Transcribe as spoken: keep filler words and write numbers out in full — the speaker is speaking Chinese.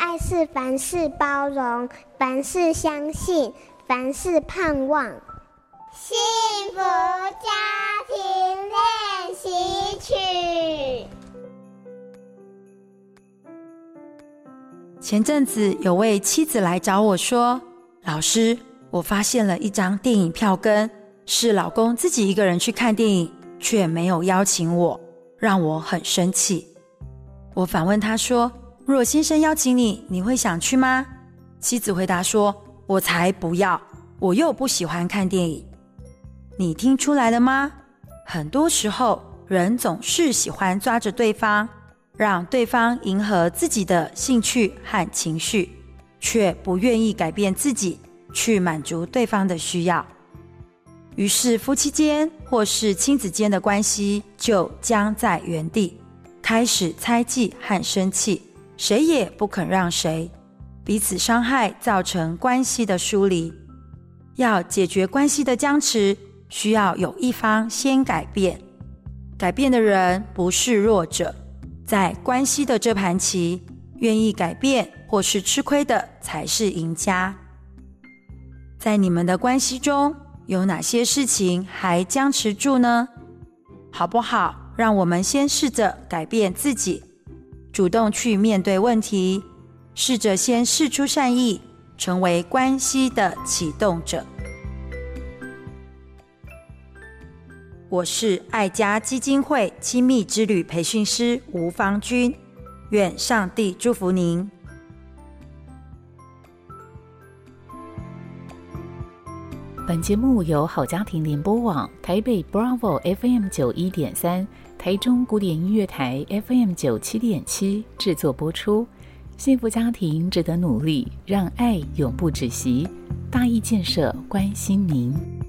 爱是凡事包容，凡事相信，凡事盼望。幸福家庭练习曲。 前阵子有位妻子来找我说，老师，我发现了一张电影票根，是老公自己一个人去看电影，却没有邀请我，让我很生气。我反问他说，若先生邀请你，你会想去吗？妻子回答说，我才不要，我又不喜欢看电影。你听出来了吗？很多时候人总是喜欢抓着对方，让对方迎合自己的兴趣和情绪，却不愿意改变自己，去满足对方的需要。于是夫妻间或是亲子间的关系就僵在原地，开始猜忌和生气，谁也不肯让谁，彼此伤害，造成关系的疏离。要解决关系的僵持，需要有一方先改变。改变的人不是弱者，在关系的这盘棋，愿意改变或是吃亏的才是赢家。在你们的关系中，有哪些事情还僵持住呢？好不好，让我们先试着改变自己，主动去面对问题，试着先释出善意，成为关系的启动者。我是爱家基金会亲密之旅培训师吴芳君，愿上帝祝福您。 本节目由好家庭联播网、台北 Bravo F M 九一点三、台中古典音乐台 F M 九七点七制作播出。幸福家庭值得努力，让爱永不止息。大义建设关心您。